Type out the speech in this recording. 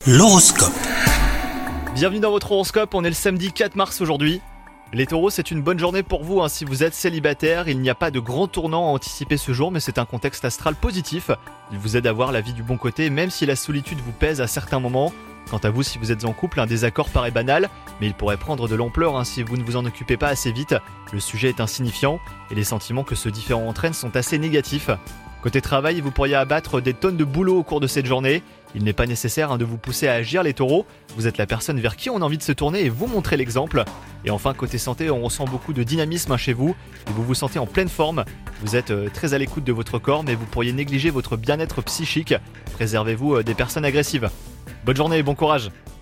L'horoscope. Bienvenue dans votre horoscope, on est le samedi 4 mars aujourd'hui. Les taureaux, c'est une bonne journée pour vous, si vous êtes célibataire. Il n'y a pas de grand tournant à anticiper ce jour, mais c'est un contexte astral positif. Il vous aide à voir la vie du bon côté, même si la solitude vous pèse à certains moments. Quant à vous, si vous êtes en couple, un désaccord paraît banal, mais il pourrait prendre de l'ampleur si vous ne vous en occupez pas assez vite. Le sujet est insignifiant, et les sentiments que ce différend entraîne sont assez négatifs. Côté travail, vous pourriez abattre des tonnes de boulot au cours de cette journée. Il n'est pas nécessaire de vous pousser à agir les taureaux. Vous êtes la personne vers qui on a envie de se tourner et vous montrer l'exemple. Et enfin, côté santé, on ressent beaucoup de dynamisme chez vous et vous vous sentez en pleine forme. Vous êtes très à l'écoute de votre corps, mais vous pourriez négliger votre bien-être psychique. Préservez-vous des personnes agressives. Bonne journée et bon courage.